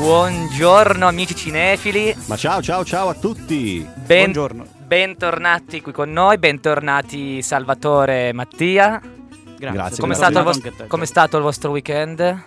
Buongiorno amici cinefili. Ma ciao a tutti. Buongiorno. Bentornati qui con noi, bentornati Salvatore e Mattia. Grazie. Com'è stato il vostro weekend?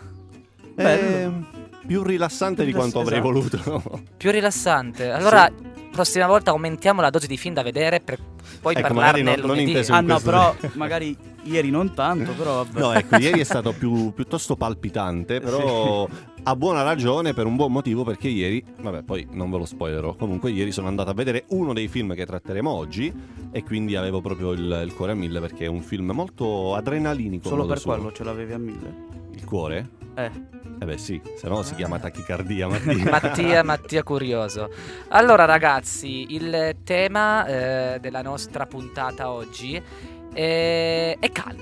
Più rilassante di quanto avrei voluto. Più rilassante. Allora, prossima volta aumentiamo la dose di film da vedere per poi parlarne lunedì. Però magari ieri non tanto, però vabbè. No, ecco, ieri è stato piuttosto palpitante, però a buona ragione, per un buon motivo, perché ieri, vabbè, poi non ve lo spoilerò, comunque ieri sono andato a vedere uno dei film che tratteremo oggi e quindi avevo proprio il cuore a mille, perché è un film molto adrenalinico. Solo per quello ce l'avevi a 1000? Il cuore? Beh sì, se no si chiama tachicardia, Mattia curioso. Allora ragazzi, il tema della nostra puntata oggi è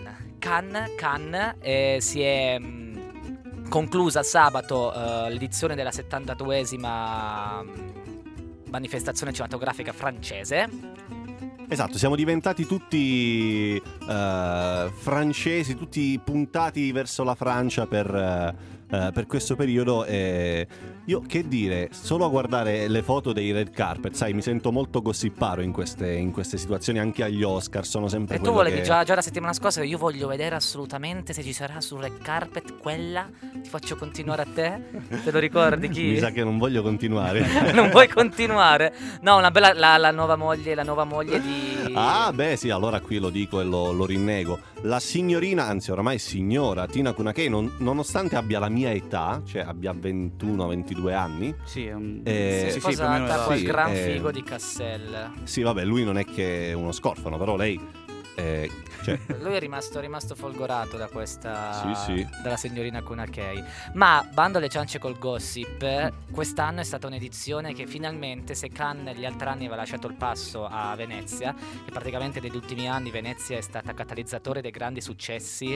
Cannes. Si è conclusa sabato l'edizione della 72esima manifestazione cinematografica francese. Esatto, siamo diventati tutti francesi, tutti puntati verso la Francia per questo periodo. Io, che dire, solo a guardare le foto dei red carpet, sai, mi sento molto gossiparo in queste situazioni, anche agli Oscar sono sempre. E tu volevi già la settimana scorsa che io voglio vedere assolutamente se ci sarà sul red carpet quella, ti faccio continuare a te, te lo ricordi chi? Mi sa che non voglio continuare. Non vuoi continuare? No, una bella la nuova moglie di... Ah beh sì, allora qui lo dico e lo rinnego. La signorina, anzi oramai signora Tina Kunakei, nonostante abbia la mia età, cioè abbia 21-22 anni, sì, si è sposata col gran figo di Cassel. Sì, vabbè, lui non è che è uno scorfano, però lei lui è rimasto folgorato da questa sì. dalla signorina Kunakei. Ma bando alle ciance col gossip, quest'anno è stata un'edizione che finalmente, se Cannes gli altri anni aveva lasciato il passo a Venezia, e praticamente negli ultimi anni Venezia è stata catalizzatore dei grandi successi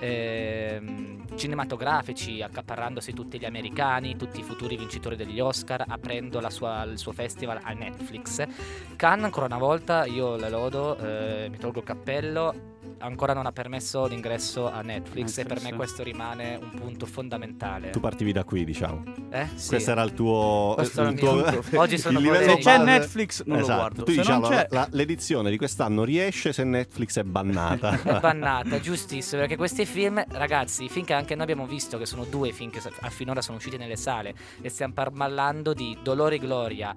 cinematografici, accaparrandosi tutti gli americani, tutti i futuri vincitori degli Oscar, aprendo il suo festival a Netflix. Cannes ancora una volta, io la lodo, mi tolgo il cappello, ancora non ha permesso l'ingresso a Netflix e per me questo rimane un punto fondamentale. Tu partivi da qui, diciamo. Sì. Questo era il tuo oggi sono il livello. Se c'è Netflix non lo guardo. Tu se diciamo, non c'è... l'edizione di quest'anno riesce se Netflix è bannata. È bannata, giustissimo, perché questi film, ragazzi, i film che anche noi abbiamo visto, che sono 2 film che finora sono usciti nelle sale, e stiamo parlando di Dolore e Gloria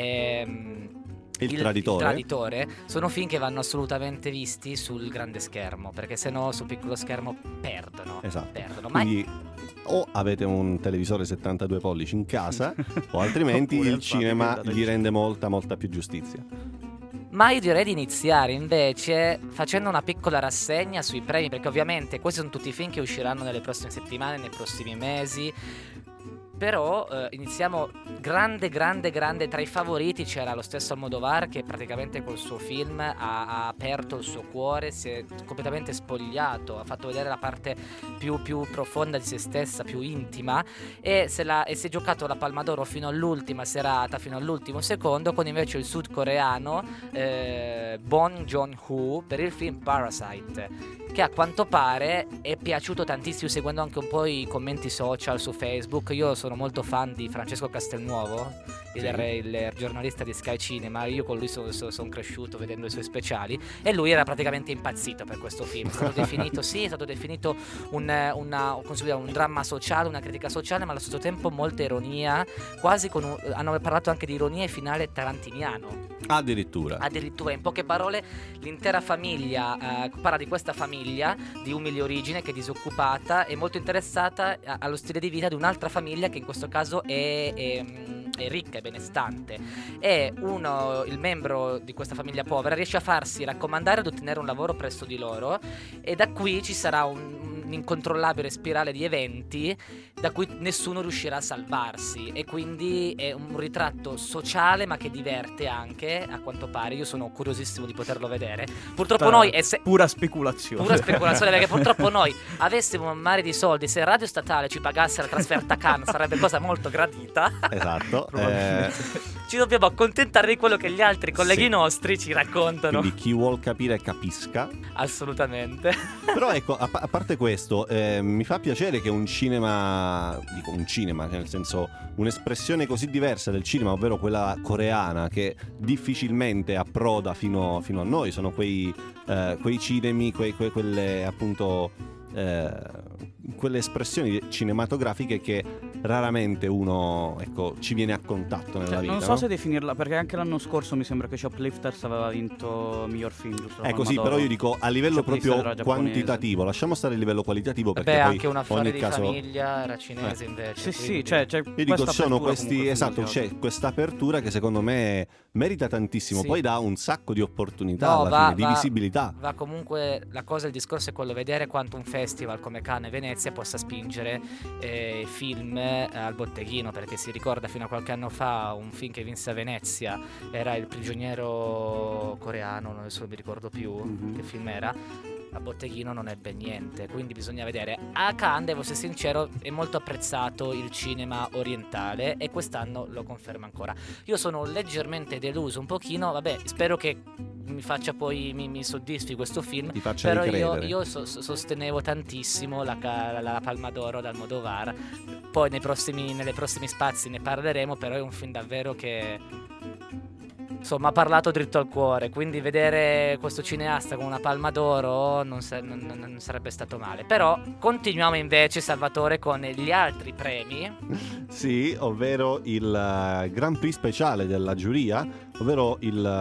Il traditore, sono film che vanno assolutamente visti sul grande schermo, perché sennò sul piccolo schermo perdono. Esatto. Ma quindi o avete un televisore 72 pollici in casa o altrimenti il cinema gli rende molta più giustizia. Ma io direi di iniziare invece facendo una piccola rassegna sui premi, perché ovviamente questi sono tutti i film che usciranno nelle prossime settimane, nei prossimi mesi. Però iniziamo grande, tra i favoriti c'era lo stesso Almodovar, che praticamente col suo film ha aperto il suo cuore, si è completamente spogliato, ha fatto vedere la parte più profonda di se stessa, più intima, e si è giocato la Palma d'Oro fino all'ultima serata, fino all'ultimo secondo, con invece il sudcoreano Bong Joon-ho per il film Parasite, che a quanto pare è piaciuto tantissimo, seguendo anche un po' i commenti social su Facebook. Io sono molto fan di Francesco Castelnuovo, il giornalista di Sky Cinema. Io con lui sono cresciuto vedendo i suoi speciali, e lui era praticamente impazzito per questo film. È stato definito un dramma sociale, una critica sociale, ma allo stesso tempo molta ironia, quasi hanno parlato anche di ironia e finale tarantiniano. Addirittura, in poche parole, l'intera famiglia parla di questa famiglia di umili origine che è disoccupata e molto interessata allo stile di vita di un'altra famiglia che in questo caso è ricca e benestante, e il membro di questa famiglia povera riesce a farsi raccomandare ad ottenere un lavoro presso di loro, e da qui ci sarà un'incontrollabile spirale di eventi da cui nessuno riuscirà a salvarsi, e quindi è un ritratto sociale ma che diverte anche, a quanto pare. Io sono curiosissimo di poterlo vedere. Purtroppo noi pura speculazione perché purtroppo noi avessimo un mare di soldi, se Radio Statale ci pagasse la trasferta a Cannes sarebbe cosa molto gradita. Esatto. ci dobbiamo accontentare di quello che gli altri colleghi nostri ci raccontano. Quindi chi vuol capire capisca. Assolutamente. Però ecco, a parte questo, mi fa piacere che un cinema, nel senso un'espressione così diversa del cinema, ovvero quella coreana, che difficilmente approda fino a noi, sono quei cinemi, quelle appunto quelle espressioni cinematografiche che raramente uno, ecco, ci viene a contatto nella vita. Non so se definirla, perché anche l'anno scorso mi sembra che Shoplifters aveva vinto miglior film, giusto? Ecco, sì, però io dico a livello proprio quantitativo, lasciamo stare il livello qualitativo, perché poi anche Un affare di caso... famiglia era cinese invece. Sì, cioè io dico, ci sono questi, esatto, c'è questa apertura che secondo me merita tantissimo, poi dà un sacco di opportunità alla fine, di visibilità. Va comunque, la cosa, il discorso è quello, vedere quanto un festival come Cannes e Venezia possa spingere film al botteghino, perché si ricorda fino a qualche anno fa un film che vinse a Venezia era Il prigioniero coreano, adesso non mi ricordo più che film era. A botteghino non ebbe niente, quindi bisogna vedere. A Cannes, devo essere sincero, è molto apprezzato il cinema orientale e quest'anno lo conferma ancora. Io sono leggermente deluso un pochino, vabbè, spero che mi faccia poi, mi soddisfi questo film. Ti faccia però ricredere. io sostenevo tantissimo la Palma d'Oro dal Almodovar. Poi nelle prossimi spazi ne parleremo, però è un film davvero che insomma ha parlato dritto al cuore, quindi vedere questo cineasta con una Palma d'Oro non sarebbe stato male. Però continuiamo invece, Salvatore, con gli altri premi. Sì, ovvero il Grand Prix speciale della giuria, ovvero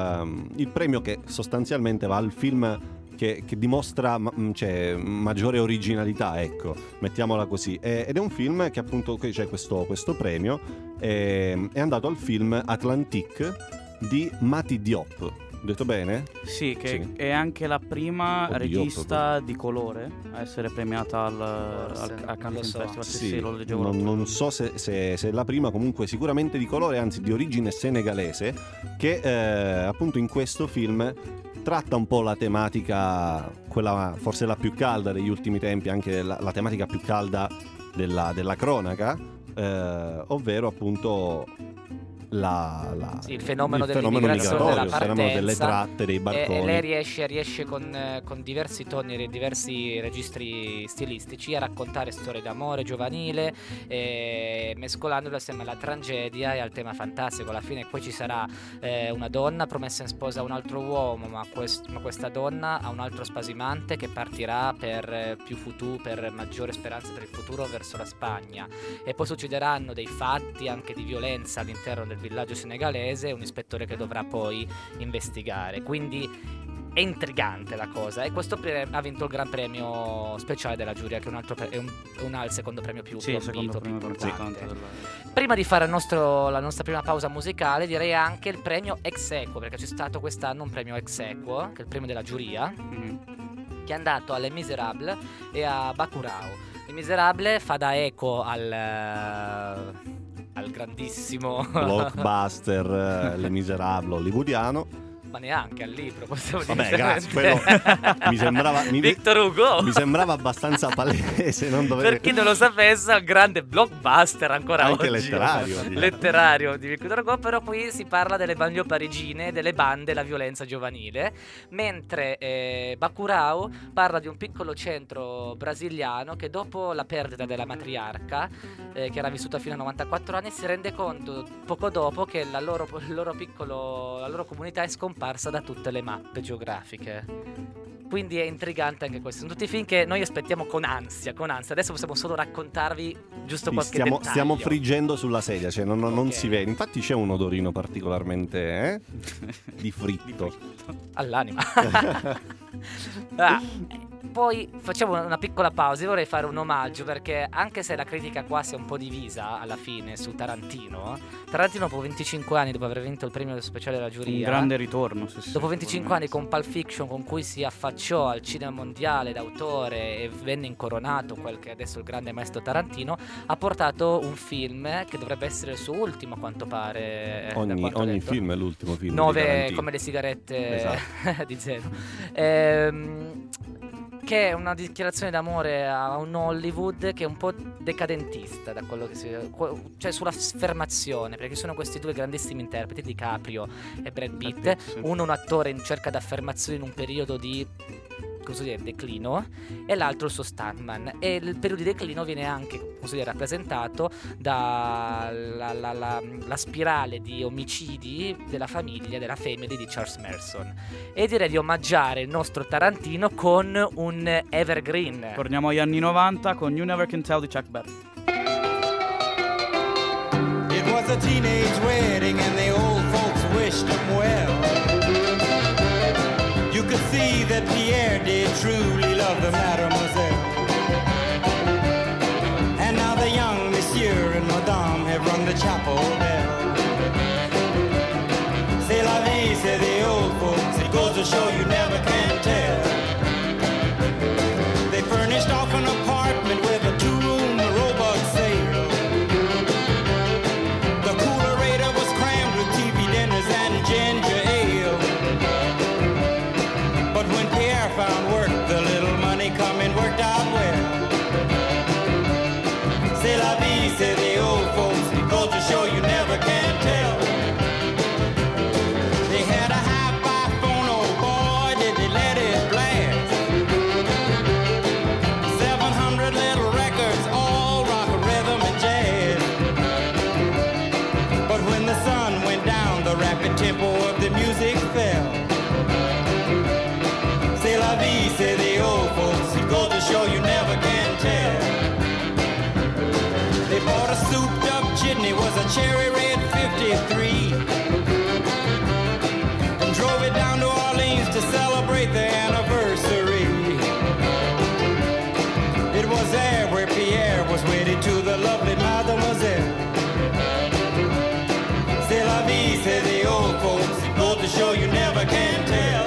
il premio che sostanzialmente va al film che dimostra maggiore originalità, ecco, mettiamola così. Ed è un film che appunto c'è questo premio, è andato al film Atlantique di Mati Diop. Ho detto bene? Sì, che è anche la prima regista di colore a essere premiata al Cannes Film Festival. Sì, lo leggevo. Non so se è la prima, comunque sicuramente di colore, anzi di origine senegalese, che appunto in questo film tratta un po' la tematica, quella forse la più calda degli ultimi tempi, anche la tematica più calda della cronaca, ovvero appunto il fenomeno migratorio, della il fenomeno delle partenza, tratte, dei barconi. E lei riesce con diversi toni e diversi registri stilistici a raccontare storie d'amore giovanile, mescolandole assieme alla tragedia e al tema fantastico. Alla fine poi ci sarà una donna promessa in sposa a un altro uomo, ma questa donna ha un altro spasimante che partirà per maggiore speranza per il futuro verso la Spagna, e poi succederanno dei fatti anche di violenza all'interno del villaggio senegalese, un ispettore che dovrà poi investigare. Quindi è intrigante la cosa, e questo ha vinto il Gran Premio speciale della giuria, che è il secondo premio più importante. Prima di fare la nostra prima pausa musicale, direi anche il premio ex aequo, perché c'è stato quest'anno un premio ex aequo, che è il premio della giuria, che è andato a Les Miserables e a Bacurau. Les Miserables fa da eco al grandissimo blockbuster Les Miserables hollywoodiano, ma neanche al libro, possiamo dire. Vabbè, grazie, quello mi sembrava Victor Hugo mi sembrava abbastanza palese, non dovevo... Per chi non lo sapesse, un grande blockbuster ancora anche oggi, letterario di Victor Hugo. Però qui si parla delle banlieue parigine, delle bande, la violenza giovanile, mentre Bacurau parla di un piccolo centro brasiliano che dopo la perdita della matriarca, che era vissuta fino a 94 anni, si rende conto poco dopo che la loro comunità è scomparsa da tutte le mappe geografiche. Quindi è intrigante anche questo. Sono tutti film che noi aspettiamo con ansia. Adesso possiamo solo raccontarvi giusto qualche dettaglio. Stiamo friggendo sulla sedia, cioè non si vede. Infatti c'è un odorino particolarmente di fritto all'anima. Poi facciamo una piccola pausa. Io vorrei fare un omaggio, perché anche se la critica qua sia un po' divisa alla fine su Tarantino dopo 25 anni, dopo aver vinto il premio speciale della giuria, un grande ritorno, dopo 25 anni con Pulp Fiction, con cui si affacciò al cinema mondiale d'autore e venne incoronato quel che è adesso il grande maestro Tarantino, ha portato un film che dovrebbe essere il suo ultimo, a quanto pare. Ogni film è l'ultimo film 9 come le sigarette, esatto. Di Zeno, Perché è una dichiarazione d'amore a un Hollywood che è un po' decadentista da quello che cioè sulla affermazione, perché sono questi due grandissimi interpreti, DiCaprio e Brad Pitt, uno un attore in cerca d'affermazione in un periodo di declino, e l'altro il suo stuntman, e il periodo di declino viene anche rappresentato dalla spirale di omicidi della family di Charles Manson. E direi di omaggiare il nostro Tarantino con un evergreen. Torniamo agli anni 90 con You Never Can Tell di Chuck Berry. It was a teenage wedding and the old folks wished him well. You could see that Pierre did truly love the mademoiselle. And now the young monsieur and madame have rung the chapel bell. C'est la vie, say the old folks, it goes to show you never can tell. They furnished off an apartment with a two-room robot sale. The coolerator was crammed with TV dinners and ginger ale. But when Pierre found work, the little money coming worked out well. C'est la vie, say the old folks, it goes to show you never can tell. They had a hi-fi phone, oh boy, did they let it blast. 700 little records, all rock, rhythm, and jazz. But when the sun went down, the rapid tempo of the music fell. C'est la vie, say the old folks, it goes to show you never can tell. They bought a souped up jitney, was a cherry red 53, and drove it down to Orleans to celebrate their anniversary. It was there where Pierre was wedded to the lovely mademoiselle. C'est la vie, say the old folks, it goes to show you never can tell.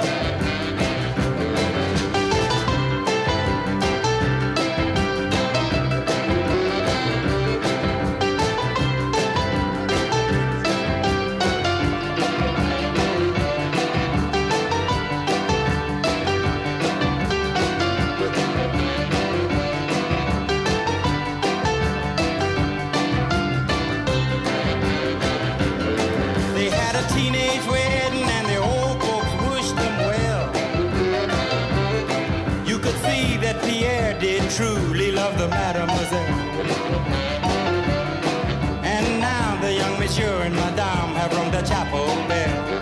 They had a teenage wedding and the old folks wished them well. You could see that Pierre did truly love the mademoiselle. And now the young monsieur and madame have rung the chapel bell.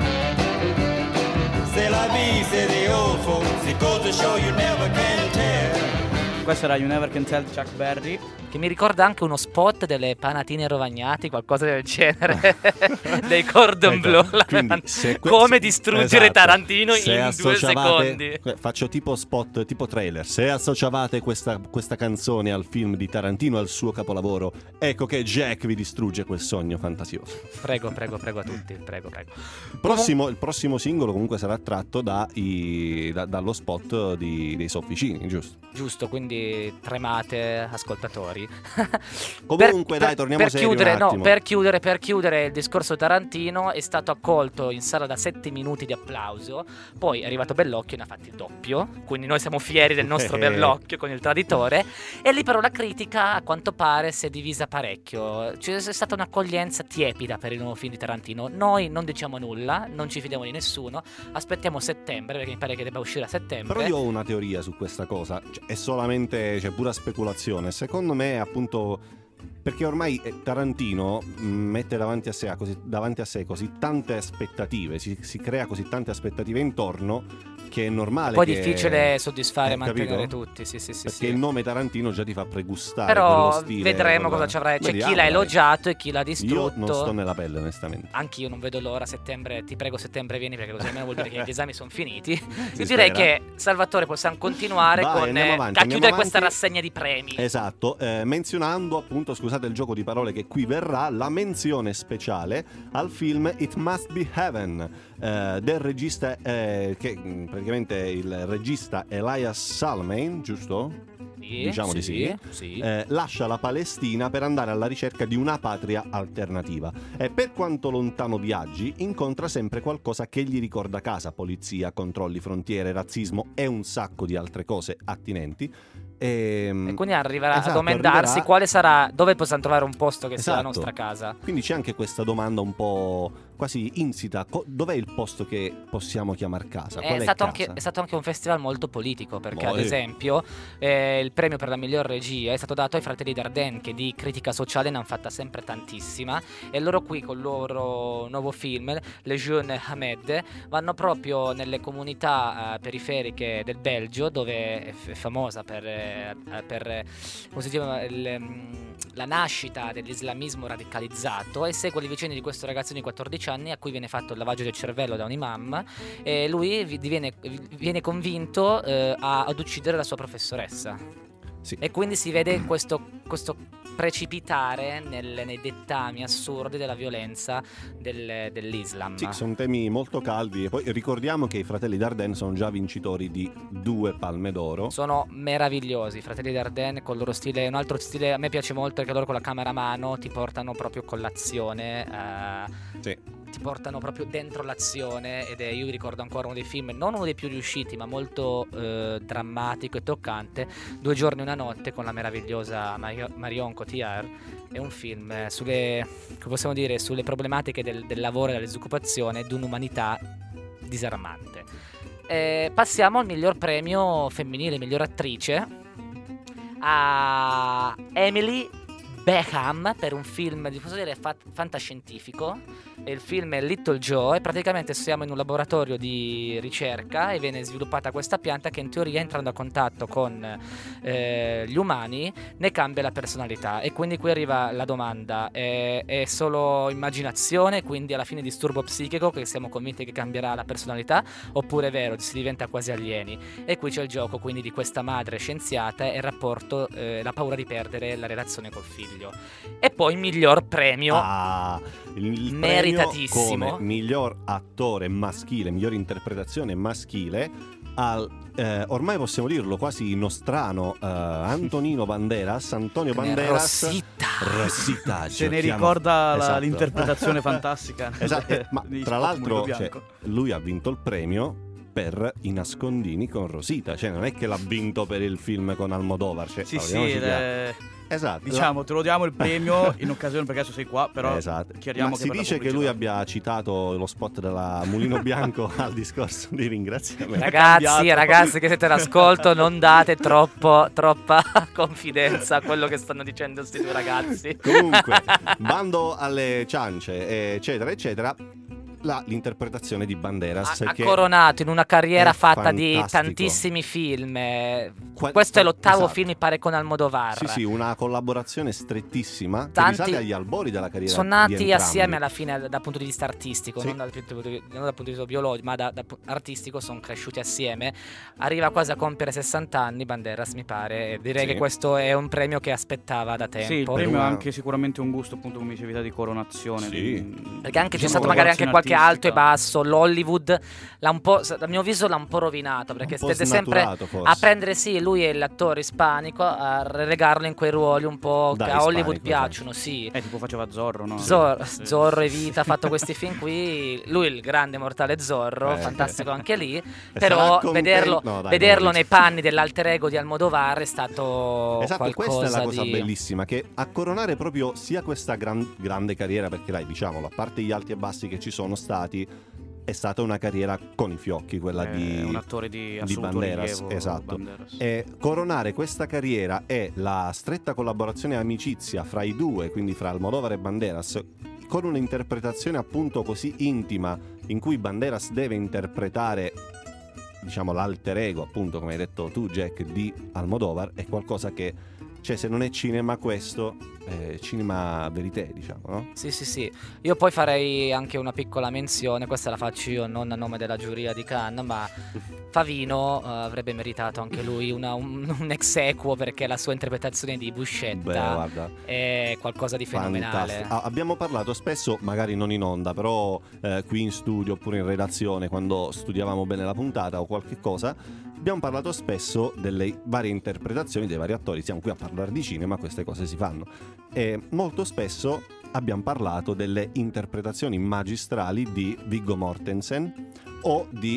C'est la vie, say the old folks, it goes to show you never can tell. Questo era You Never Can Tell di Chuck Berry. Che mi ricorda anche uno spot delle panatine rovagnati, qualcosa del genere, dei Cordon Bleu. Come distruggere Tarantino in 2 secondi. Faccio tipo spot, tipo trailer. Se associavate questa canzone al film di Tarantino, al suo capolavoro, ecco che Jack vi distrugge quel sogno fantasioso. Prego a tutti, prego. Il prossimo singolo comunque sarà tratto dallo spot dei Sofficini, giusto? Giusto, quindi tremate, ascoltatori. Comunque dai, torniamo seri un attimo. Per chiudere il discorso Tarantino, è stato accolto in sala da 7 minuti di applauso. Poi è arrivato Bellocchio e ne ha fatti il doppio, quindi noi siamo fieri del nostro Bellocchio con Il Traditore. E lì però la critica, a quanto pare, si è divisa parecchio. C'è stata un'accoglienza tiepida per il nuovo film di Tarantino. Noi non diciamo nulla, non ci fidiamo di nessuno, aspettiamo settembre, perché mi pare che debba uscire a settembre. Però io ho una teoria su questa cosa, è solamente pura speculazione. Secondo me, appunto, perché ormai Tarantino mette davanti a sé così tante aspettative, si crea così tante aspettative intorno, che è normale. Poi è difficile soddisfare e mantenere tutti. Sì. Perché il nome Tarantino già ti fa pregustare. Però quello stile, vedremo cosa ci avrà. C'è chi l'ha elogiato e chi l'ha distrutto. Io non sto nella pelle, onestamente. Anch'io non vedo l'ora. Settembre, ti prego, settembre vieni, perché così almeno vuol dire che gli esami sono finiti. Io direi che, Salvatore, possiamo continuare a chiudere questa rassegna di premi. Esatto, menzionando appunto, scusate il gioco di parole che qui verrà, la menzione speciale al film It Must Be Heaven del regista che praticamente il regista Elias Salmain, giusto? diciamo di sì. Lascia la Palestina per andare alla ricerca di una patria alternativa e per quanto lontano viaggi incontra sempre qualcosa che gli ricorda casa: polizia, controlli, frontiere, razzismo e un sacco di altre cose attinenti. E quindi arriverà a domandarsi quale sarà, dove possiamo trovare un posto che sia la nostra casa. Quindi c'è anche questa domanda un po' quasi insita: dov'è il posto che possiamo chiamare casa? È stato anche un festival molto politico, perché ad esempio il premio per la miglior regia è stato dato ai fratelli Dardenne, che di critica sociale ne hanno fatta sempre tantissima, e loro qui con il loro nuovo film Le Jeune Ahmed vanno proprio nelle comunità periferiche del Belgio, dove è famosa per come si chiama, la nascita dell'islamismo radicalizzato, e segue le vicende di questo ragazzino di 14 anni a cui viene fatto il lavaggio del cervello da un imam, e lui viene convinto ad uccidere la sua professoressa. Sì. E quindi si vede questo precipitare nei dettami assurdi della violenza dell'Islam. Sì, sono temi molto caldi. E poi ricordiamo che i fratelli Dardenne sono già vincitori di 2 Palme d'Oro. Sono meravigliosi i fratelli Dardenne con il loro stile. Un altro stile a me piace molto è che loro con la camera a mano ti portano proprio con l'azione. Sì. Ti portano proprio dentro l'azione, ed io vi ricordo ancora uno dei film, non uno dei più riusciti, ma molto drammatico e toccante, 2 giorni e una notte, con la meravigliosa Marion Cotillard. È un film sulle problematiche del lavoro e della disoccupazione, di un'umanità disarmante. Passiamo al miglior premio femminile, miglior attrice, a Emily Beckham per un film di fantascientifico. Il film è Little Joe, e praticamente siamo in un laboratorio di ricerca e viene sviluppata questa pianta che in teoria, entrando a contatto con gli umani, ne cambia la personalità. E quindi qui arriva la domanda: è solo immaginazione, quindi alla fine disturbo psichico che siamo convinti che cambierà la personalità, oppure è vero, si diventa quasi alieni? E qui c'è il gioco quindi di questa madre scienziata e il rapporto, la paura di perdere la relazione col figlio. E poi miglior premio, il meritatissimo, come miglior attore maschile, miglior interpretazione maschile ormai possiamo dirlo quasi nostrano, Antonio Banderas. Rosita se ne ricorda l'interpretazione fantastica. Esatto. Ma tra l'altro lui ha vinto il premio per I nascondini con Rosita, cioè non è che l'ha vinto per il film con Almodovar, esatto. Diciamo, te lo diamo il premio in occasione perché adesso sei qua, però esatto. Chiariamo ma che si dice che lui abbia citato lo spot della Mulino Bianco al discorso di ringraziamento. Ragazzi che siete all'ascolto, non date troppa confidenza a quello che stanno dicendo questi 2 ragazzi. Comunque, bando alle ciance, eccetera eccetera, l'interpretazione di Banderas ha coronato in una carriera fatta di tantissimi film. Questo è l'8º film, mi pare, con Almodovar. Sì, una collaborazione strettissima che risale agli albori della carriera. Sono nati assieme alla fine dal punto di vista artistico, non dal punto di vista biologico, ma da artistico sono cresciuti assieme. Arriva quasi a compiere 60 anni Banderas, mi pare, e direi che questo è un premio che aspettava da tempo. Sì, il premio è anche sicuramente un gusto, appunto, come dicevi, di coronazione. Perché anche c'è stato magari anche qualche alto e basso. L'Hollywood a mio avviso l'ha un po' rovinato, perché siete sempre a prendere lui è l'attore ispanico, a relegarlo in quei ruoli un po' che a Hollywood piacciono. Sì, tipo faceva Zorro, no? Zorro e Vita, ha fatto questi film qui. Lui il grande mortale Zorro, fantastico anche lì. Però vederlo nei panni dell'alter ego di Almodovar è stato qualcosa. Questa è la cosa bellissima, che a coronare proprio sia questa grande carriera, perché dai, diciamolo, a parte gli alti e bassi che ci sono stati, è stata una carriera con i fiocchi, quella di un attore di Banderas, rilievo, esatto. Banderas. E coronare questa carriera è la stretta collaborazione e amicizia fra i 2, quindi fra Almodovar e Banderas, con un'interpretazione appunto così intima, in cui Banderas deve interpretare, diciamo, l'alter ego, appunto, come hai detto tu, Jack, di Almodovar. È qualcosa che, cioè, se non è cinema questo, è cinema verité, diciamo, no? Sì. Io poi farei anche una piccola menzione, questa la faccio io non a nome della giuria di Cannes, ma Favino avrebbe meritato anche lui un ex equo, perché la sua interpretazione di Buscetta è qualcosa di fenomenale. Abbiamo parlato spesso, magari non in onda, però qui in studio oppure in redazione, quando studiavamo bene la puntata o qualche cosa, abbiamo parlato spesso delle varie interpretazioni dei vari attori, siamo qui a parlare di cinema, queste cose si fanno, e molto spesso abbiamo parlato delle interpretazioni magistrali di Viggo Mortensen o di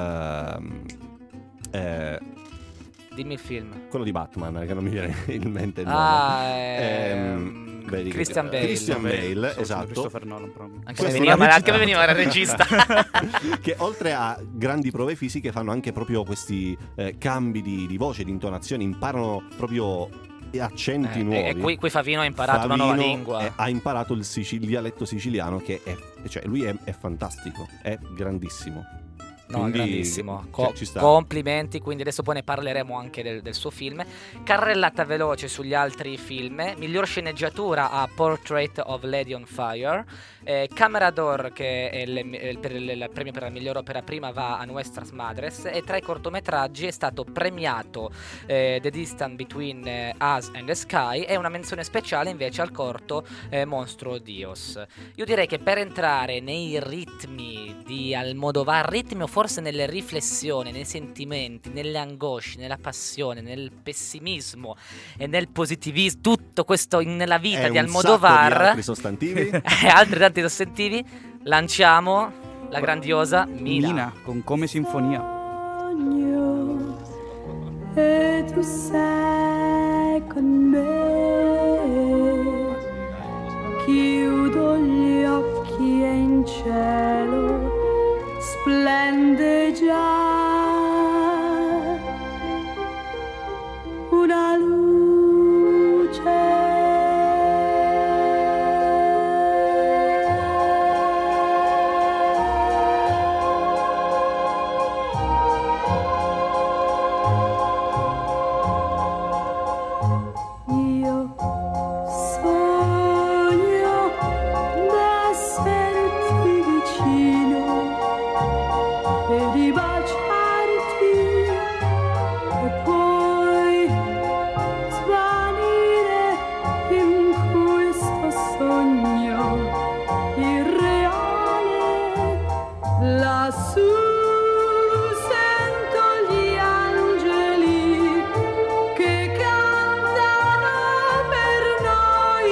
Dimmi il film. quello di Batman, che non mi viene in mente il nome. Vedi Christian Bale. Christian Bale, esatto. Christopher Nolan proprio. Anche Questo me veniva, è una anche me veniva il regista. che oltre a grandi prove fisiche fanno anche proprio questi cambi di voce, di intonazione, imparano proprio accenti nuovi. E qui Favino ha imparato una nuova lingua. Ha imparato il dialetto siciliano, che cioè lui è fantastico, è grandissimo. No, Quindi, grandissimo. ci sta. Complimenti. Quindi adesso poi ne parleremo anche del suo film. Carrellata veloce sugli altri film. Miglior sceneggiatura a Portrait of Lady on Fire. Camera d'Or, che è il premio per la miglior opera prima, va a Nuestras Madres. E tra i cortometraggi è stato premiato The Distance Between Us and the Sky, e una menzione speciale invece al corto Monstruo Dios. Io direi che per entrare nei ritmi di Almodovar, ritmi o forse nelle riflessioni, nei sentimenti, nelle angosce, nella passione, nel pessimismo e nel positivismo, tutto questo nella vita di Almodovar, di altri sostantivi. altri tanti sostantivi, lanciamo la grandiosa Mina. Con Come Sinfonia. Sogno e tu sei con me, chiudo gli occhi e in cielo splende già una luce. Io sogno d'esserti vicino e di baciarti e poi svanire in questo sogno irreale. Lassù sento gli angeli che cantano per noi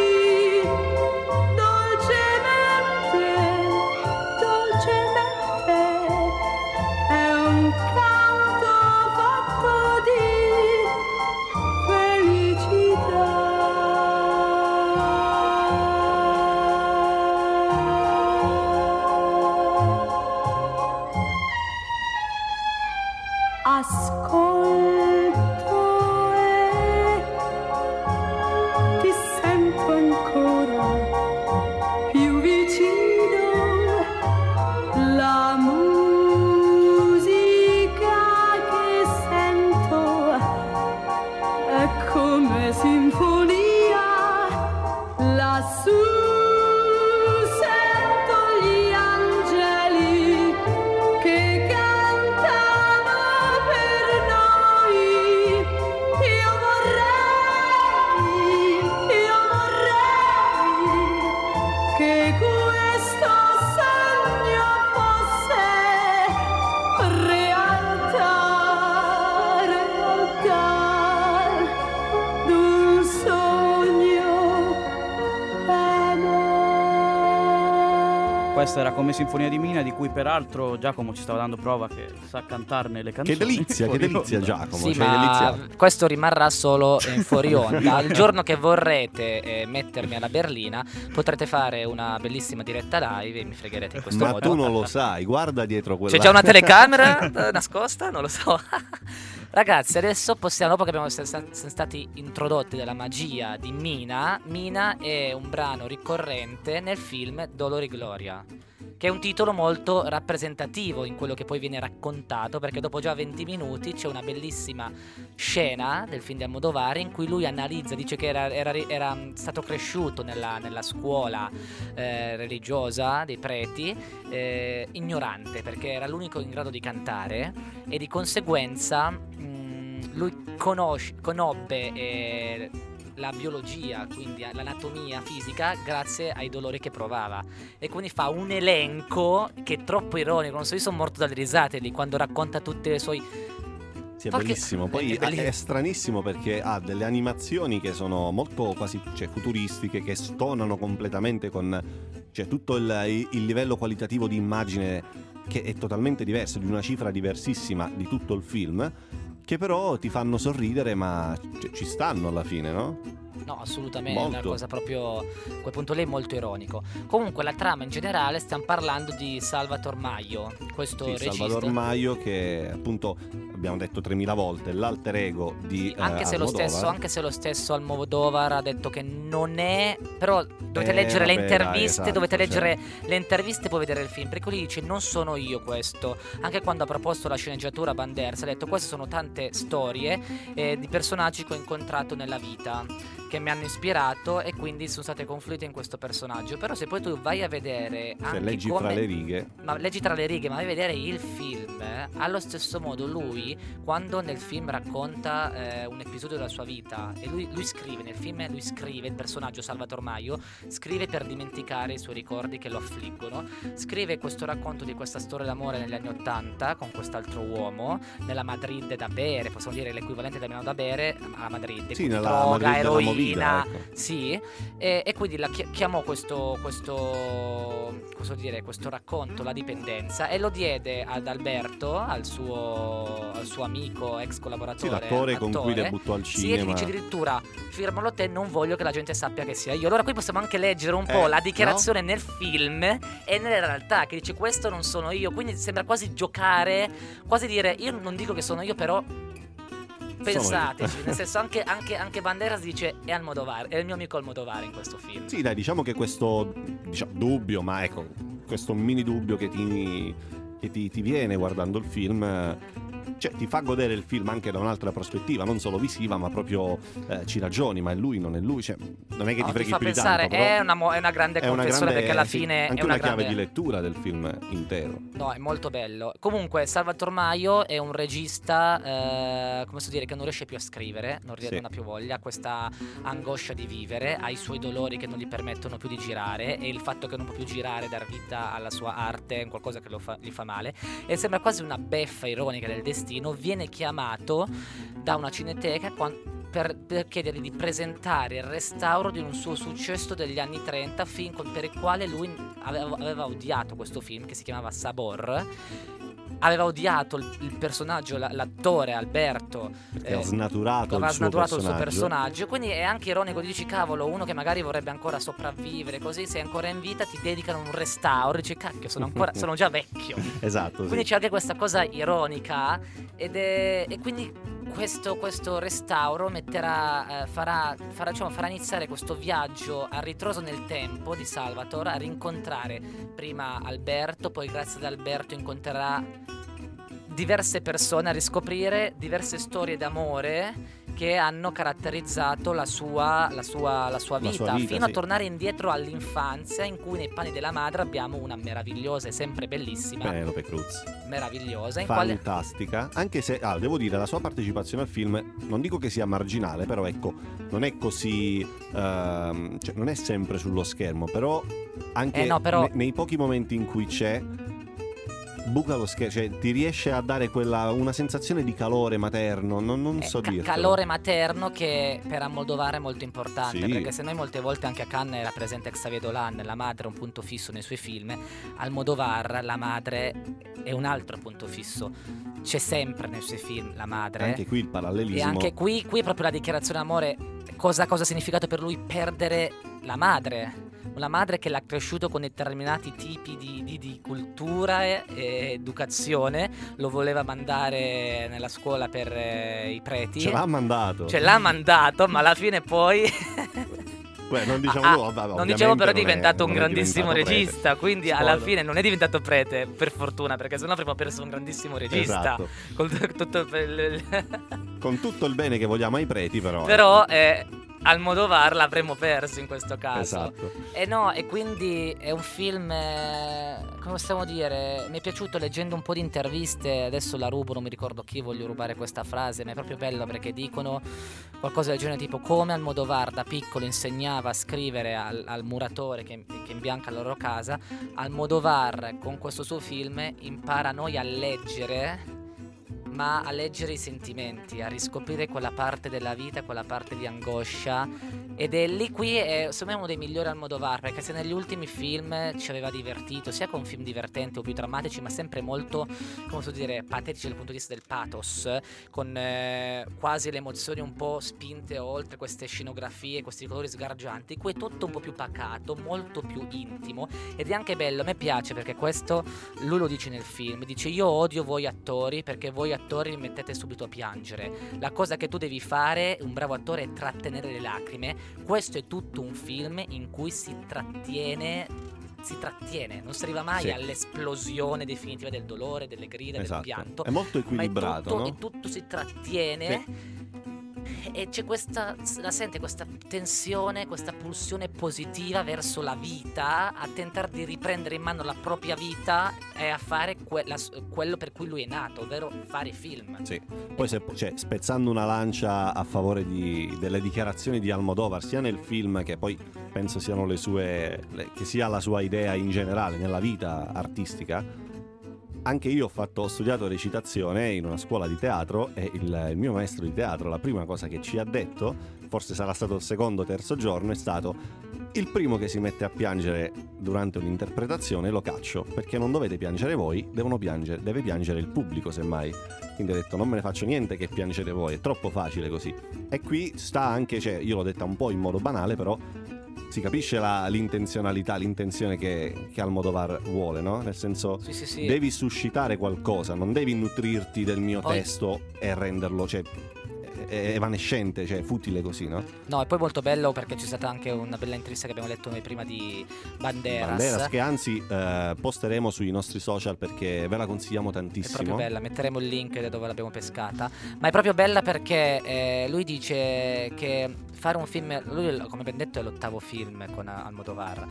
dolcemente, dolcemente. È un canto fatto di felicità. Ascolto e ti sento ancora più vicino. La musica che sento è come sinfonia. Lassù sento gli angeli che cantano per noi. Io vorrei che questo sogno fosse realtà, realtà d'un sogno d'amore. Questa era Come Sinfonia di Mina, di cui peraltro Giacomo ci stava dando prova che sa cantarne le canzoni. Che delizia Fuori onda. Giacomo. Sì, cioè, ma delizia. questo rimarrà solo in fuori onda. Il giorno che vorrete mettermi alla berlina, potrete fare una bellissima diretta live e mi fregherete in questo Ma modo. tu non lo sai, guarda dietro quella. C'è già una telecamera nascosta? Non lo so. Ragazzi, adesso possiamo, dopo che siamo stati introdotti dalla magia di Mina. Mina è un brano ricorrente nel film Dolor e Gloria, che è un titolo molto rappresentativo in quello che poi viene raccontato, perché dopo già 20 minuti c'è una bellissima scena del film di Almodovar in cui lui analizza, dice che era stato cresciuto nella scuola religiosa dei preti, ignorante, perché era l'unico in grado di cantare, e di conseguenza lui conobbe la biologia, quindi l'anatomia fisica, grazie ai dolori che provava, e quindi fa un elenco che è troppo ironico. Non so, io sono morto dalle risate lì quando racconta tutti i suoi Sì, è Perché- bellissimo. Poi è bellissimo. è stranissimo perché ha delle animazioni che sono molto quasi futuristiche, che stonano completamente con tutto il livello qualitativo di immagine che è totalmente diverso, di una cifra diversissima di tutto il film, che però ti fanno sorridere, ma ci stanno alla fine, no? No, assolutamente, è una Molto. cosa proprio, a quel punto lì è molto ironico. Comunque la trama in generale, stiamo parlando di Salvatore Maio, questo Sì, regista. Salvador Maio, che appunto abbiamo detto 3000 volte, è l'alter ego di Anche se, lo stesso Almodovar ha detto che non è. Però dovete leggere le vabbè, interviste. dai, dovete esatto, leggere le interviste e poi vedere il film. Perché lui dice: non sono io questo. Anche quando ha proposto la sceneggiatura a Banderas, ha detto: queste sono tante storie di personaggi che ho incontrato nella vita, che mi hanno ispirato e quindi sono state confluite in questo personaggio. Però se poi tu vai a vedere Se anche leggi come... fra le righe, Ma leggi tra le righe, ma vai a vedere il film, allo stesso modo lui, quando nel film racconta un episodio della sua vita, e lui scrive, nel film lui scrive, il personaggio Salvatore Maio scrive per dimenticare i suoi ricordi che lo affliggono, scrive questo racconto di questa storia d'amore negli anni '80 con quest'altro uomo, nella Madrid da bere, possiamo dire l'equivalente da Milano da bere a Madrid, sì, quindi nella droga, Madrid della eroina, movida, ecco. sì, e quindi chiamò questo racconto la dipendenza e lo diede ad Alberto, al suo amico ex Sì, collaboratore, l'attore con cui debuttò al sì, e gli cinema. dice addirittura: firmalo te, non voglio che la gente sappia che sia io. Allora qui possiamo anche leggere un po' la dichiarazione nel film e nella realtà, che dice: questo non sono io. Quindi sembra quasi giocare, quasi dire: io non dico che sono io, però pensateci. Nel senso, anche Banderas dice: è Almodovar, è il mio amico Almodovar in questo film. Sì, dai, diciamo che questo dubbio, ma ecco, questo mini dubbio che ti viene guardando il film, ti fa godere il film anche da un'altra prospettiva, non solo visiva, ma proprio ci ragioni, ma è lui, non è lui, non è che ti No, freghi fa più di pensare, tanto, però è una grande è una confessione, grande, perché alla sì, fine anche è una chiave grande... di lettura del film intero. No, è molto bello. Comunque Salvatore Maio è un regista, come posso dire, che non riesce più a scrivere, non ha più voglia, ha questa angoscia di vivere, ha i suoi dolori che non gli permettono più di girare, e il fatto che non può più girare, dar vita alla sua arte, è qualcosa che gli fa male, e sembra quasi una beffa ironica del destino. Viene chiamato da una cineteca per chiedergli di presentare il restauro di un suo successo degli anni 30, film per il quale lui aveva odiato questo film, che si chiamava Sabor. Aveva odiato il personaggio, l'attore Alberto, Perché ha snaturato aveva il suo snaturato il suo personaggio. personaggio. Quindi è anche ironico, dici: cavolo, uno che magari vorrebbe ancora sopravvivere, così sei ancora in vita, ti dedicano un restauro, dici: cacchio, sono già vecchio. Esatto, Quindi sì. c'è anche questa cosa ironica, e quindi questo restauro farà iniziare questo viaggio a ritroso nel tempo di Salvatore, a rincontrare prima Alberto, poi grazie ad Alberto incontrerà diverse persone, a riscoprire diverse storie d'amore che hanno caratterizzato la sua vita, fino a sì. tornare indietro all'infanzia, in cui nei panni della madre abbiamo una meravigliosa e sempre bellissima, Penelope Cruz, meravigliosa, in quale fantastica, anche se devo dire, la sua partecipazione al film non dico che sia marginale, però ecco, non è così non è sempre sullo schermo, però anche nei pochi momenti in cui c'è, buca lo schermo, ti riesce a dare una sensazione di calore materno, non so dirlo. Calore materno che per Almodovar è molto importante, Sì. perché se noi molte volte anche a Cannes era presente Xavier Dolan, la madre è un punto fisso nei suoi film, Almodovar la madre è un altro punto fisso, c'è sempre nei suoi film la madre. Anche qui il parallelismo. E anche qui è proprio la dichiarazione d'amore. Cosa ha significato per lui perdere la madre? Una madre che l'ha cresciuto con determinati tipi di cultura e educazione. Lo voleva mandare nella scuola per i preti. Ce l'ha mandato, ma alla fine poi non diciamo non dicevo, però è diventato un grandissimo prete. regista. Quindi Spoiler. alla fine non è diventato prete, per fortuna, perché sennò avremmo perso un grandissimo regista. Esatto. Con tutto il bene che vogliamo ai preti, però Almodovar l'avremmo perso in questo caso. Esatto. E quindi è un film, come possiamo dire, mi è piaciuto leggendo un po' di interviste. Adesso la rubo, non mi ricordo chi, voglio rubare questa frase, ma è proprio bello perché dicono qualcosa del genere tipo: come Almodovar da piccolo insegnava a scrivere al muratore che imbianca la loro casa, Almodovar con questo suo film impara a noi a leggere ma a leggere i sentimenti, a riscoprire quella parte della vita, quella parte di angoscia. Ed è lì, qui è secondo me uno dei migliori Almodovar, perché se negli ultimi film ci aveva divertito, sia con film divertenti o più drammatici, ma sempre molto, come posso dire, patetici dal punto di vista del pathos, con quasi le emozioni un po' spinte oltre, queste scenografie, questi colori sgargianti, qui è tutto un po' più pacato, molto più intimo, ed è anche bello. A me piace perché questo lui lo dice nel film, dice: io odio voi attori perché voi attori mi mettete subito a piangere, la cosa che tu devi fare, un bravo attore, è trattenere le lacrime. Questo è tutto un film in cui si trattiene, non si arriva mai all'esplosione definitiva del dolore, delle grida, del pianto. È molto equilibrato, ma è tutto si trattiene. Sì. E c'è questa tensione, questa pulsione positiva verso la vita, a tentare di riprendere in mano la propria vita e a fare quello per cui lui è nato, ovvero fare film. Sì. Poi spezzando una lancia a favore delle dichiarazioni di Almodovar, sia nel film, che poi penso siano che sia la sua idea in generale nella vita artistica. Anche io ho studiato recitazione in una scuola di teatro, e il mio maestro di teatro, la prima cosa che ci ha detto, forse sarà stato il secondo o terzo giorno, è stato: il primo che si mette a piangere durante un'interpretazione lo caccio, perché non dovete piangere voi, deve piangere il pubblico, semmai. Quindi ha detto: non me ne faccio niente che piangete voi, è troppo facile così. E qui sta anche, io l'ho detta un po' in modo banale, però si capisce l'intenzionalità, l'intenzione che Almodovar vuole, no? Nel senso, sì. Devi suscitare qualcosa, non devi nutrirti del mio testo e renderlo, evanescente, futile così, no? No, e poi molto bello perché c'è stata anche una bella intervista che abbiamo letto noi prima di Banderas, che anzi posteremo sui nostri social perché ve la consigliamo tantissimo. È proprio bella, metteremo il link da dove l'abbiamo pescata, ma è proprio bella perché lui dice che fare un film, lui come ben detto è l'8º film con Almodovar,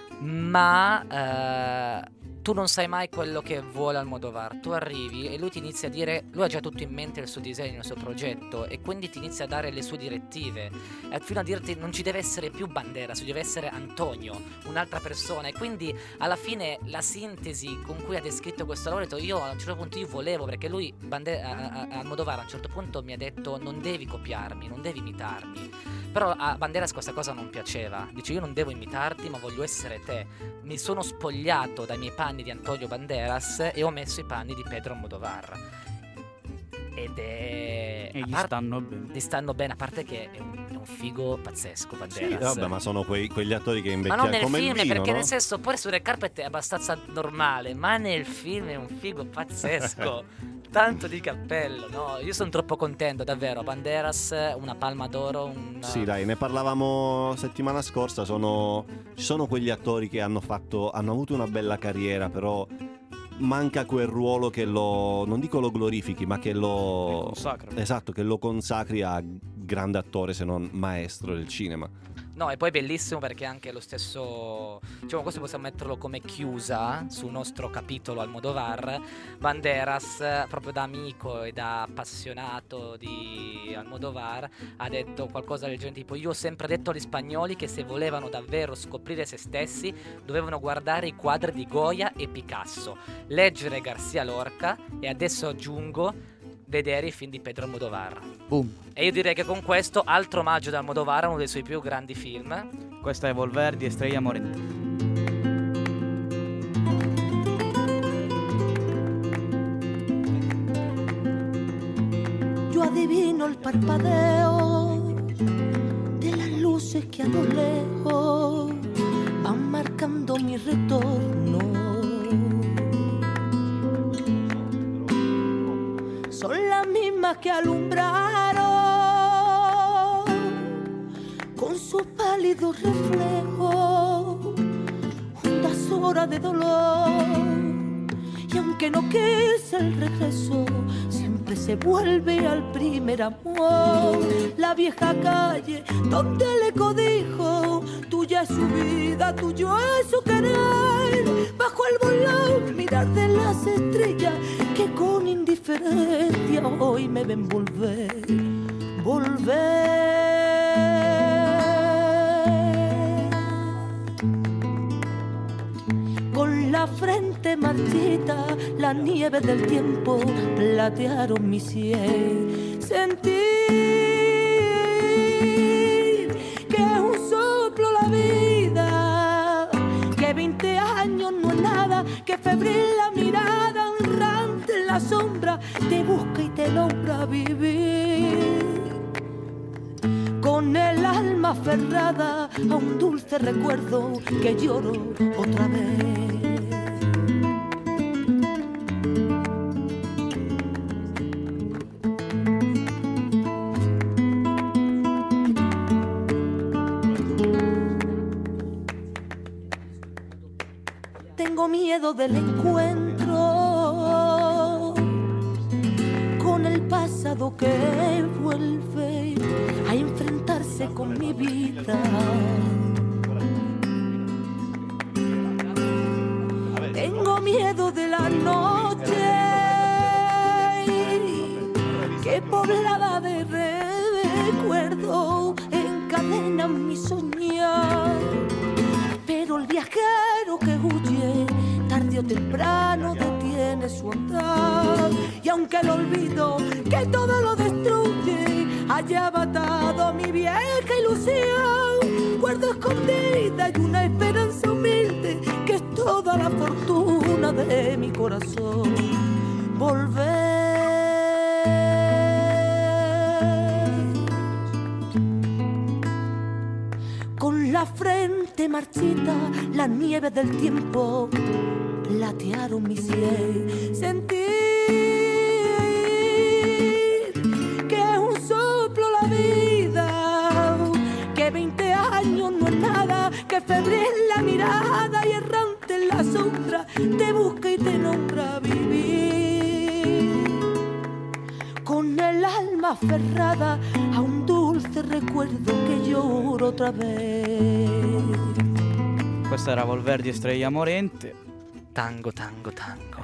ma tu non sai mai quello che vuole Almodovar. Tu arrivi e lui ti inizia a dire, lui ha già tutto in mente, il suo disegno, il suo progetto, e quindi ti inizia a dare le sue direttive, fino a dirti: non ci deve essere più Banderas, ci deve essere Antonio, un'altra persona. E quindi alla fine la sintesi con cui ha descritto questo lavoro, io a un certo punto volevo, perché lui Almodovar a un certo punto mi ha detto: non devi copiarmi, non devi imitarmi. Però a Banderas questa cosa non piaceva, dice: io non devo imitarti, ma voglio essere te. Mi sono spogliato dai miei panni di Antonio Banderas e ho messo i panni di Pedro Almodovar. E gli stanno bene. Gli stanno bene, a parte che è un figo pazzesco Banderas. Sì, vabbè, ma sono quegli attori che invecchiano, ma non nel come film, il vino, perché no? nel senso, poi su Red Carpet è abbastanza normale, ma nel film è un figo pazzesco. Tanto di cappello, no? Io sono troppo contento, davvero. Banderas, una palma d'oro. Sì, dai, ne parlavamo settimana scorsa. Ci sono quegli attori che hanno avuto una bella carriera, però manca quel ruolo che non dico lo glorifichi, ma che lo consacra. Esatto, che lo consacri a grande attore, se non maestro del cinema. No, e poi è bellissimo perché anche lo stesso, questo possiamo metterlo come chiusa sul nostro capitolo Almodovar. Banderas, proprio da amico e da appassionato di Almodovar, ha detto qualcosa del genere tipo: io ho sempre detto agli spagnoli che se volevano davvero scoprire se stessi dovevano guardare i quadri di Goya e Picasso, leggere García Lorca, e adesso aggiungo vedere i film di Pedro Almodovar. Boom. E io direi che con questo, altro omaggio da Almodovar a uno dei suoi più grandi film. Questa è Volver di Estrella Morente. Yo adivino el parpadeo de las luces que a lo lejos van marcando mi retorno. Son las mismas que alumbraron con su pálido reflejo hondas horas de dolor. Y aunque no quise el regreso, siempre se vuelve al primer amor. La vieja calle donde el eco dijo: tuya es su vida, tuyo es su querer. Bajo el volón, mirar de las estrellas que con indiferencia hoy me ven volver, volver. Con la frente frente marchita, la nieve del tiempo platearon mi sien. Sentir que es un soplo la vida, que 20 años no es nada, que febril la mirada errante en la sombra te busca y te logra vivir. Con el alma aferrada a un dulce recuerdo que lloro otra vez. Tengo miedo del encuentro con el pasado que vuelve a enfrentarse con mi vida. Tengo miedo de la noche que poblada de recuerdo encadena mi soñar. Pero el viajero que huye tarde o temprano detiene su andar. Y aunque el olvido que todo lo destruye haya matado mi vieja ilusión, guardo escondida y una esperanza humilde que es toda la fortuna de mi corazón. Volver con la frente marchita, la nieve del tiempo platearon mi sien. Sentir que es un soplo la vida, que 20 años no es nada, que febril la mirada y errante en la sombra te busca y te nombra vivir. Con el alma aferrada a un dulce recuerdo che lloro otra vez. Questa era Volver di Estrella Morente. Tango, tango, tango.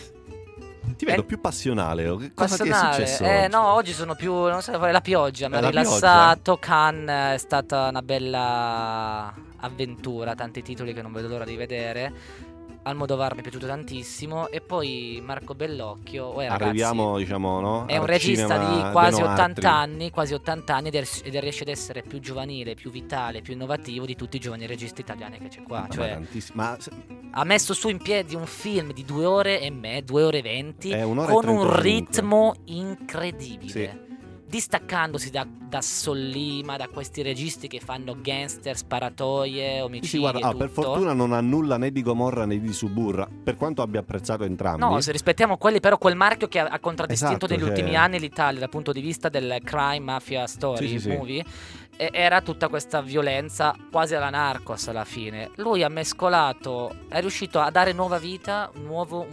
Ti vedo più passionale. Cosa Passionale. ti è successo oggi? No, oggi sono più, non so, la pioggia mi ha La rilassato. Cannes è stata una bella avventura, tanti titoli che non vedo l'ora di vedere. Almodovar mi è piaciuto tantissimo. E poi Marco Bellocchio. Arriviamo, ragazzi, diciamo, no? è un al regista cinema di quasi De Noartri. 80 anni, ed riesce ad essere più giovanile, più vitale, più innovativo di tutti i giovani registi italiani che c'è qua. Cioè, ha messo su in piedi un film di 2 ore e 2 ore e 20 1 ora e con 30 un minuti. ritmo incredibile. Sì. Distaccandosi da Sollima, da questi registi che fanno gangster, sparatoie, omicidi. Sì, guarda, e tutto. per fortuna non ha nulla né di Gomorra né di Suburra, per quanto abbia apprezzato entrambi. No, se rispettiamo quelli, però quel marchio che ha contraddistinto Esatto, negli cioè- ultimi anni l'Italia dal punto di vista del crime, mafia story, Sì. movie, era tutta questa violenza quasi alla Narcos alla fine. Lui ha mescolato, è riuscito a dare nuova vita, un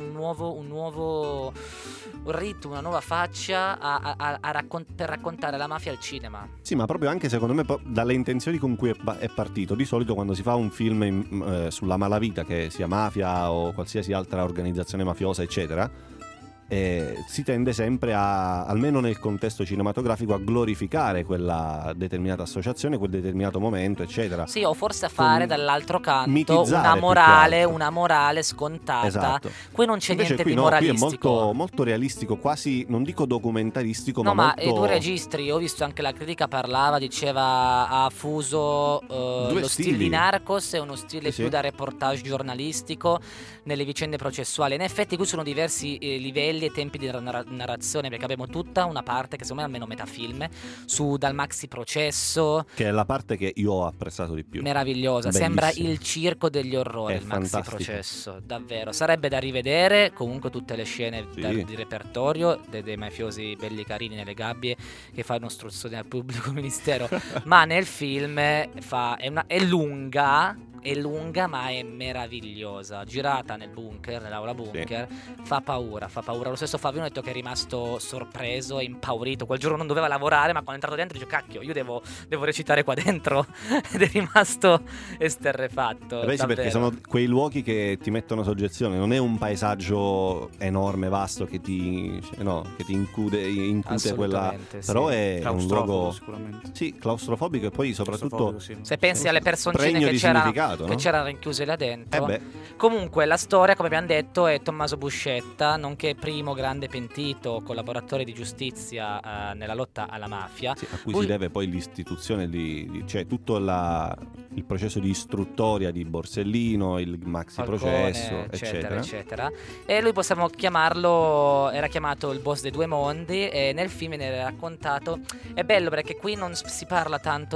nuovo ritmo, una nuova faccia per raccontare la mafia al cinema. Sì, ma proprio anche secondo me dalle intenzioni con cui è partito. Di solito quando si fa un film sulla malavita, che sia mafia o qualsiasi altra organizzazione mafiosa, eccetera, si tende sempre almeno nel contesto cinematografico, a glorificare quella determinata associazione, quel determinato momento, eccetera. Sì, o forse a fare dall'altro canto mitizzare una morale scontata. Esatto. Qui non c'è Invece niente qui di no, qui è moralistico. molto, molto realistico, quasi, non dico documentaristico, No, ma ma molto... i 2 registri, ho visto anche la critica parlava, diceva ha fuso lo stile di Narcos e uno stile Sì, più sì. da reportage giornalistico nelle vicende processuali. In effetti qui sono diversi livelli e tempi di narrazione, perché abbiamo tutta una parte che secondo me è almeno metafilm dal maxi processo, che è la parte che io ho apprezzato di più. meravigliosa. Bellissimo. Sembra il circo degli orrori, È il maxi fantastico. processo, davvero sarebbe da rivedere. Comunque tutte le scene Sì. di repertorio dei mafiosi belli carini nelle gabbie che fanno ostruzione al pubblico ministero, ma nel film è lunga ma è meravigliosa, girata nel bunker, nell'aula bunker. Fa paura. Lo stesso Favino ha detto che è rimasto sorpreso e impaurito. Quel giorno non doveva lavorare, ma quando è entrato dentro dice cacchio, io devo recitare qua dentro ed è rimasto esterrefatto. Sì, perché sono quei luoghi che ti mettono soggezione. Non è un paesaggio enorme, vasto, che ti incute quella. Sì. Però è un luogo sicuramente. sì, claustrofobico, e poi soprattutto Sì. Se pensi alle personcine pregno che di c'erano, significato. spaccato, che no? c'erano rinchiuse là dentro. Beh. Comunque la storia, come abbiamo detto, è Tommaso Buscetta, nonché primo grande pentito, collaboratore di giustizia nella lotta alla mafia. Sì, a cui si deve poi l'istituzione cioè tutto il processo di istruttoria di Borsellino, il maxi processo, eccetera. E lui possiamo chiamarlo, era chiamato il boss dei due mondi, e nel film viene raccontato. È bello perché qui non si parla tanto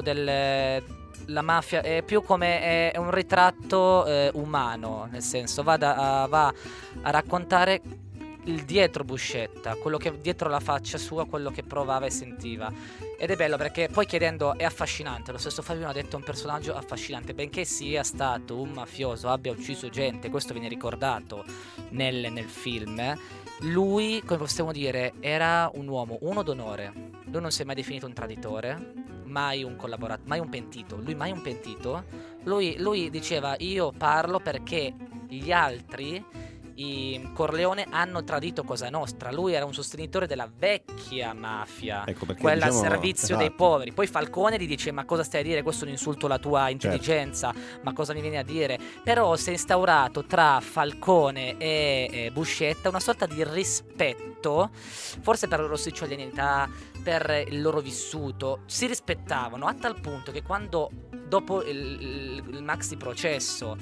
la mafia, è più come è un ritratto umano, nel senso va a raccontare il dietro Buscetta, quello che dietro la faccia sua, quello che provava e sentiva. Ed è bello perché poi chiedendo, è affascinante, lo stesso Fabio ha detto, è un personaggio affascinante, benché sia stato un mafioso, abbia ucciso gente, questo viene ricordato nel film. Lui, come possiamo dire, era un uomo, uno d'onore. Lui non si è mai definito un traditore, mai un collaboratore, mai un pentito. Mai un pentito. Lui diceva: io parlo perché gli altri, i Corleone, hanno tradito Cosa Nostra. Lui era un sostenitore della vecchia mafia, quella al servizio dei poveri. Poi Falcone gli dice: ma cosa stai a dire? Questo è un insulto alla tua intelligenza, ma cosa mi vieni a dire? Però si è instaurato tra Falcone e Buscetta una sorta di rispetto, forse per la loro sicilianità, per il loro vissuto. Si rispettavano a tal punto che quando, dopo il maxi processo,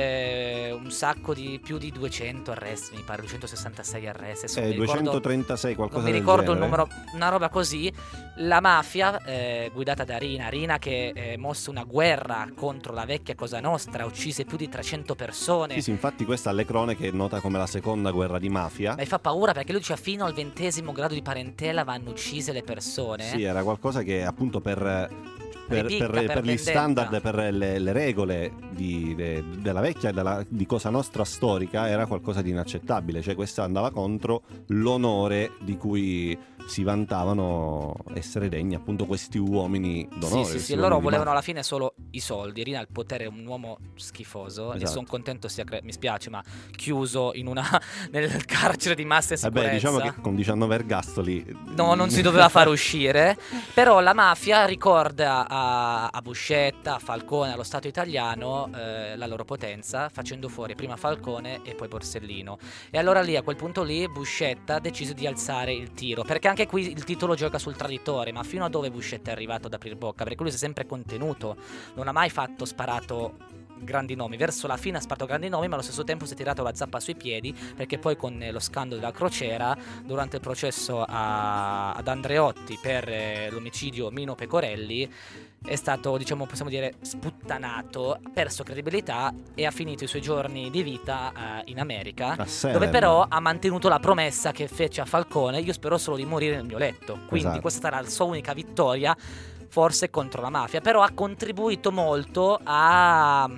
un sacco di più di 200 arresti, mi pare 266 arresti, 236, qualcosa non mi del ricordo genere. il numero, una roba così. La mafia, guidata da Rina che mosse una guerra contro la vecchia Cosa Nostra, uccise più di 300 persone. Sì, infatti questa alle cronache è nota come la seconda guerra di mafia. Ma fa paura perché lui diceva fino al 20° grado di parentela vanno uccise le persone. Sì, era qualcosa che appunto per gli vendetta. standard, per le regole della vecchia, di Cosa Nostra storica, era qualcosa di inaccettabile. Cioè questa andava contro l'onore di cui si vantavano essere degni, appunto, questi uomini d'onore. Sì, loro volevano alla fine solo i soldi. Rina al potere è un uomo schifoso, esatto. E sono contento mi spiace, ma chiuso nel carcere di massa e sicurezza. Diciamo che con 19 ergastoli non si doveva far uscire. Però la mafia ricorda a Buscetta, a Falcone, allo Stato italiano la loro potenza, facendo fuori prima Falcone e poi Borsellino. E allora lì, a quel punto lì, Buscetta decise di alzare il tiro, perché anche qui il titolo gioca sul traditore. Ma fino a dove Buscetta è arrivato ad aprir bocca? Perché lui si è sempre contenuto, non ha mai sparato grandi nomi. Verso la fine ha sparato grandi nomi, ma allo stesso tempo si è tirato la zappa sui piedi, perché poi con lo scandalo della crociera, durante il processo ad Andreotti per l'omicidio Mino Pecorelli, è stato, diciamo, possiamo dire, sputtanato, ha perso credibilità e ha finito i suoi giorni di vita in America, dove però ha mantenuto la promessa che fece a Falcone: io spero solo di morire nel mio letto. Quindi questa sarà la sua unica vittoria, forse contro la mafia, però ha contribuito molto a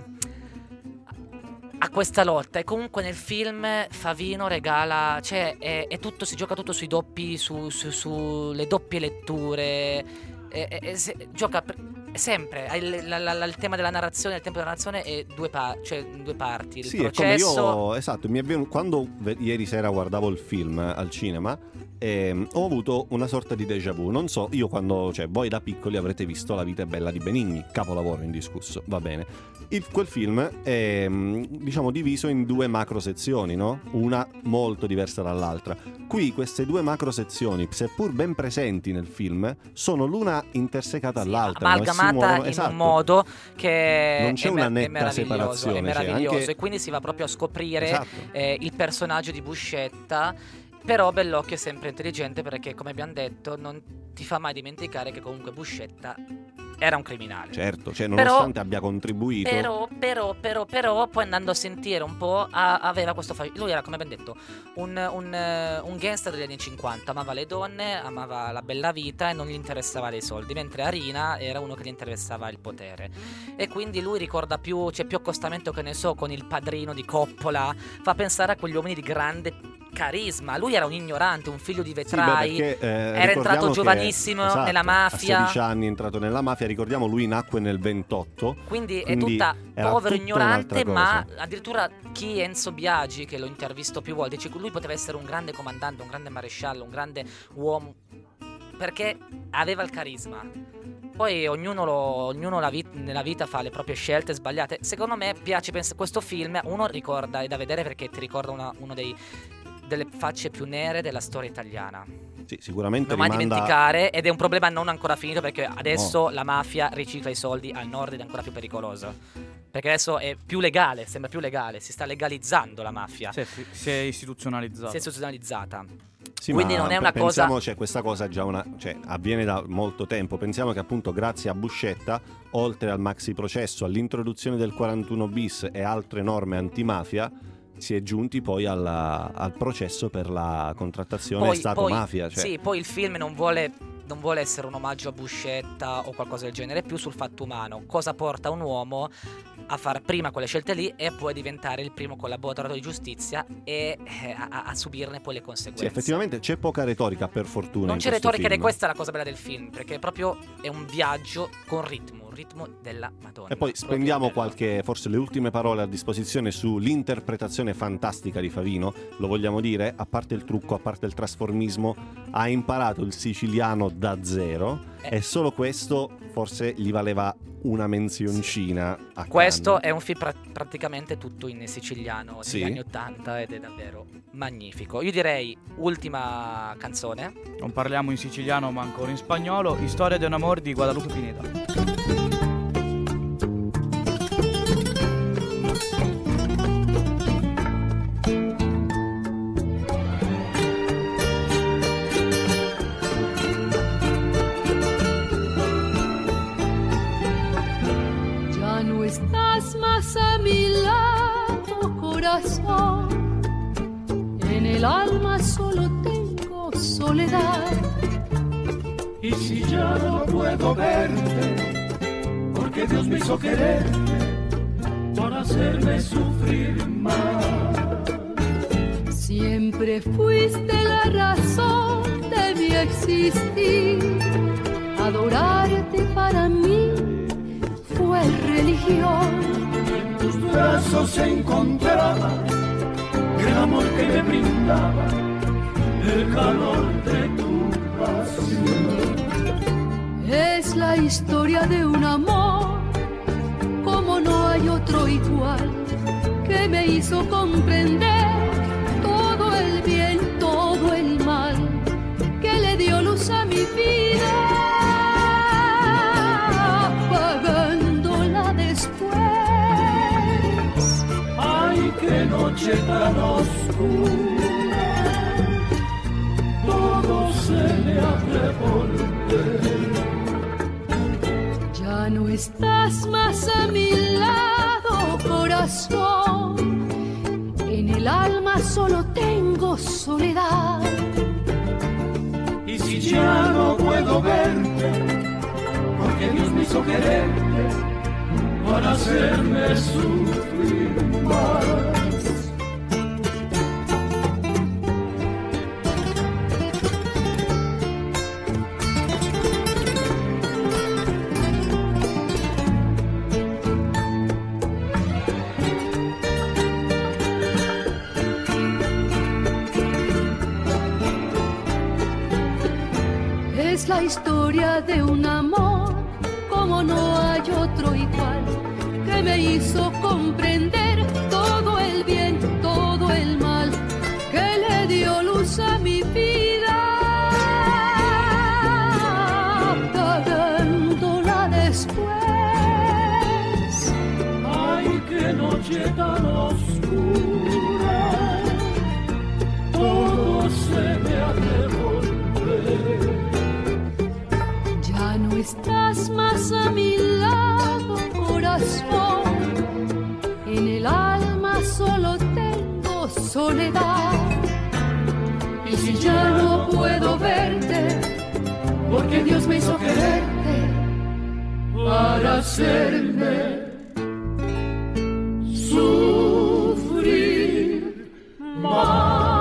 questa lotta. E comunque nel film Favino regala, cioè è tutto, si gioca tutto sui doppi, sulle doppie letture, gioca sempre il tema della narrazione, il tempo della narrazione è due parti. Il processo. Esatto, mi è venuto, quando ieri sera guardavo il film al cinema, ho avuto una sorta di déjà vu. Non so, io voi da piccoli avrete visto La vita è bella di Benigni, capolavoro indiscusso, va bene. Quel film è, diciamo, diviso in due macro sezioni, no? Una molto diversa dall'altra. Qui queste due macro sezioni, seppur ben presenti nel film, sono l'una intersecata all'altra, amalgamata in un modo che non c'è una netta separazione. È meraviglioso, anche... e quindi si va proprio a scoprire il personaggio di Buscetta. Però Bellocchio è sempre intelligente, perché, come abbiamo detto, non ti fa mai dimenticare che comunque Buscetta era un criminale. Certo, nonostante abbia contribuito. Però poi andando a sentire un po', aveva questo lui era, come abbiamo detto, un gangster degli anni 50. Amava le donne, amava la bella vita e non gli interessava dei soldi, mentre Arina era uno che gli interessava il potere. E quindi lui ricorda c'è più accostamento, che ne so, con il Padrino di Coppola. Fa pensare a quegli uomini di grande carisma. Lui era un ignorante, un figlio di vetrai, era entrato giovanissimo nella mafia. A 16 anni è entrato nella mafia. Ricordiamo, lui nacque nel 28. Quindi è tutta povero, ignorante, ma addirittura Enzo Biagi, che l'ho intervistato più volte, dice che lui poteva essere un grande comandante, un grande maresciallo, un grande uomo perché aveva il carisma. Poi ognuno nella vita fa le proprie scelte sbagliate. Secondo me piace pensare questo film, uno ricorda, è da vedere perché ti ricorda uno delle facce più nere della storia italiana. Sì, sicuramente non mai rimanda... dimenticare, ed è un problema non ancora finito, perché adesso la mafia ricicla i soldi al nord ed è ancora più pericoloso. Perché adesso è più legale, sembra più legale, si sta legalizzando la mafia. Si è istituzionalizzata. Sì, quindi non è una pensiamo, cosa... questa cosa è già avviene da molto tempo. Pensiamo che appunto grazie a Buscetta, oltre al maxi processo, all'introduzione del 41 bis e altre norme antimafia, si è giunti poi al processo per la contrattazione Stato-mafia. Sì, poi il film non vuole essere un omaggio a Buscetta o qualcosa del genere, è più sul fatto umano. Cosa porta un uomo a far prima quelle scelte lì e poi diventare il primo collaboratore di giustizia e a subirne poi le conseguenze. Sì, effettivamente c'è poca retorica, per fortuna. Non c'è retorica, film. ed è questa la cosa bella del film, perché proprio è un viaggio con ritmo, un ritmo della Madonna. E poi spendiamo forse le ultime parole a disposizione sull'interpretazione fantastica di Favino. Lo vogliamo dire, a parte il trucco, a parte il trasformismo, ha imparato il siciliano da zero e solo questo forse gli valeva una menzioncina a questo Cannes. è un film praticamente tutto in siciliano degli anni 80 ed è davvero magnifico. Io direi ultima canzone. Non parliamo in siciliano ma ancora in spagnolo. Historia de un amor di Guadalupe Pineda. Más a mi lado, corazón, en el alma solo tengo soledad. Y si ya no puedo verte, porque Dios me hizo quererte para hacerme sufrir más. Siempre fuiste la razón de mi existir, adorarte para mí fue religión. En tus brazos encontraba el amor que me brindaba, el calor de tu pasión. Es la historia de un amor como no hay otro igual, que me hizo comprender todo el bien, todo el mal, que le dio luz a mi vida, apagándola después. Ay, qué noche tan oscura, todo se me ha revolver. Ya no estás más a mi lado, corazón, en el alma solo tengo soledad. Y si ya no puedo verte, porque Dios me hizo quererte para hacerme sufrir más. Es la historia de un amor como no hay otro igual, que me hizo comprender todo el bien, todo el mal, que le dio luz a mi vida, apagándola después. Ay, qué noche tan oscura, todo se me ha revolver. Ya no estás más a mi lado, corazón, en el alma solo tengo soledad. Y si ya no puedo verte, porque Dios me hizo quererte para hacerme sufrir más.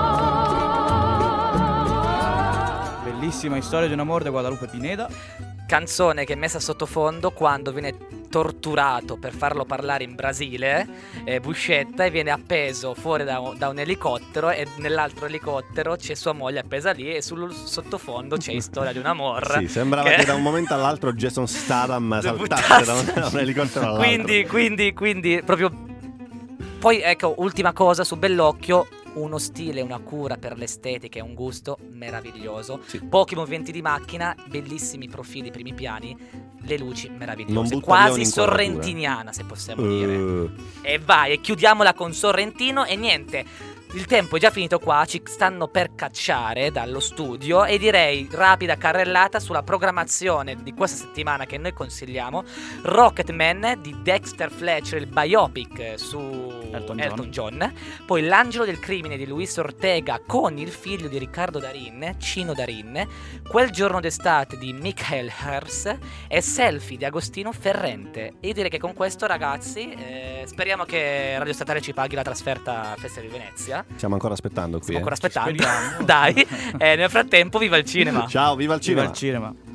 Bellissima Storia di un amore di Guadalupe Pineda. Canzone che è messa sottofondo quando viene torturato per farlo parlare in Brasile, Buscetta, e viene appeso fuori da un elicottero, e nell'altro elicottero c'è sua moglie appesa lì, e sul sottofondo c'è Storia di un amor. Sì, sembrava che da un momento all'altro Jason Statham saltasse da un elicottero all'altro. Quindi proprio. Poi ecco, ultima cosa su Bellocchio: uno stile, una cura per l'estetica e un gusto meraviglioso. Sì. Pochi movimenti di macchina, bellissimi profili, primi piani, le luci Non meravigliose, butta via quasi un'inquadratura. sorrentiniana, se possiamo dire. E vai, e chiudiamola con Sorrentino. E niente, il tempo è già finito qua, ci stanno per cacciare dallo studio, e direi rapida carrellata sulla programmazione di questa settimana che noi consigliamo: Rocketman di Dexter Fletcher, il biopic su Elton John. Poi L'angelo del crimine di Luis Ortega con il figlio di Riccardo Darín, Cino Darín, Quel giorno d'estate di Michael Hers e Selfie di Agostino Ferrente. E io direi che con questo, ragazzi, speriamo che Radio Statale ci paghi la trasferta a Festival di Venezia. Stiamo ancora aspettando qui. Stiamo ancora aspettando. Speriamo. Dai, nel frattempo viva il cinema. Ciao, viva il cinema. Viva il cinema.